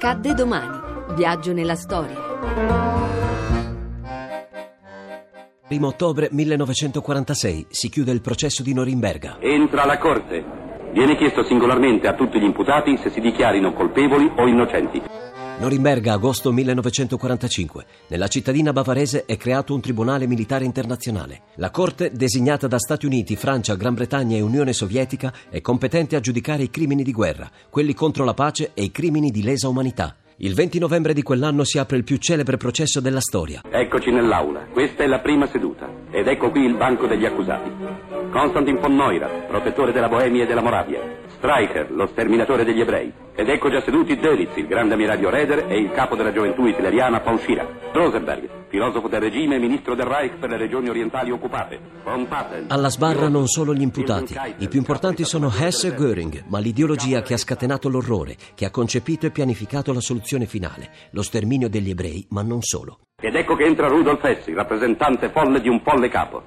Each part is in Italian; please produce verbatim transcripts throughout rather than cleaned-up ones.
Accadde domani. Viaggio nella storia. Primo ottobre millenovecentoquarantasei si chiude il processo di Norimberga. Entra la Corte. Viene chiesto singolarmente a tutti gli imputati se si dichiarino colpevoli o innocenti. Norimberga, agosto millenovecentoquarantacinque. Nella cittadina bavarese è creato un tribunale militare internazionale. La Corte, designata da Stati Uniti, Francia, Gran Bretagna e Unione Sovietica, è competente a giudicare i crimini di guerra, quelli contro la pace e i crimini di lesa umanità. Il venti novembre di quell'anno si apre il più celebre processo della storia. Eccoci nell'aula. Questa è la prima seduta. Ed ecco qui il banco degli accusati. Konstantin von Neurath, protettore della Boemia e della Moravia. Streicher, lo sterminatore degli ebrei. Ed ecco già seduti Dönitz, il grande ammiraglio Raeder e il capo della gioventù hitleriana von Schirach. Rosenberg, filosofo del regime e ministro del Reich per le regioni orientali occupate. Von Papen. Alla sbarra non solo gli imputati. I più importanti sono Hess e Göring, ma l'ideologia che ha scatenato l'orrore, che ha concepito e pianificato la soluzione finale, lo sterminio degli ebrei, ma non solo. Ed ecco che entra Rudolf Hess, il rappresentante folle di un folle capo.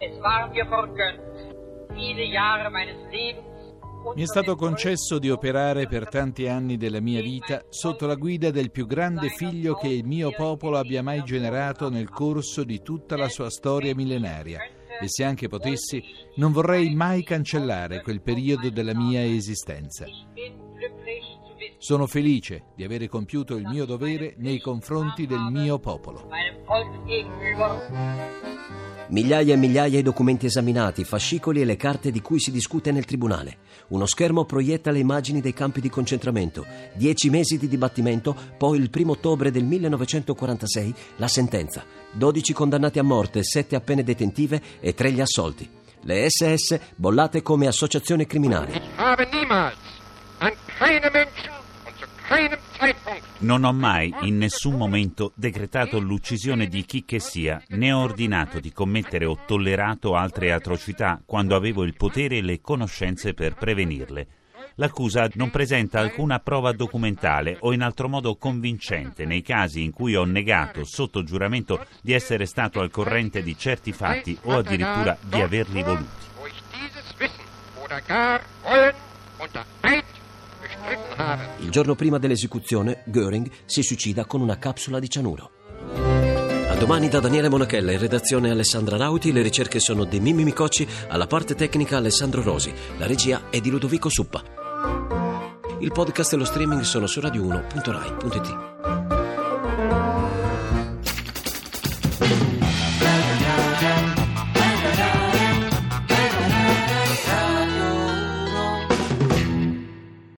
Mi è stato concesso di operare per tanti anni della mia vita sotto la guida del più grande figlio che il mio popolo abbia mai generato nel corso di tutta la sua storia millenaria. E se anche potessi, non vorrei mai cancellare quel periodo della mia esistenza. Sono felice di avere compiuto il mio dovere nei confronti del mio popolo. Migliaia e migliaia i documenti esaminati, fascicoli e le carte di cui si discute nel tribunale. Uno schermo proietta le immagini dei campi di concentramento. Dieci mesi di dibattimento, poi il primo ottobre del millenovecentoquarantasei la sentenza. Dodici condannati a morte, sette a pene detentive e tre gli assolti. Le esse esse bollate come associazione criminale. Non ho mai, in nessun momento, decretato l'uccisione di chi che sia, né ho ordinato di commettere o tollerato altre atrocità quando avevo il potere e le conoscenze per prevenirle. L'accusa non presenta alcuna prova documentale o in altro modo convincente nei casi in cui ho negato sotto giuramento di essere stato al corrente di certi fatti o addirittura di averli voluti. Il giorno prima dell'esecuzione, Göring si suicida con una capsula di cianuro. A domani da Daniele Monachella, in redazione Alessandra Rauti, le ricerche sono di Mimmi Micocci, alla parte tecnica Alessandro Rosi, la regia è di Ludovico Suppa. Il podcast e lo streaming sono su radio uno punto rai punto it.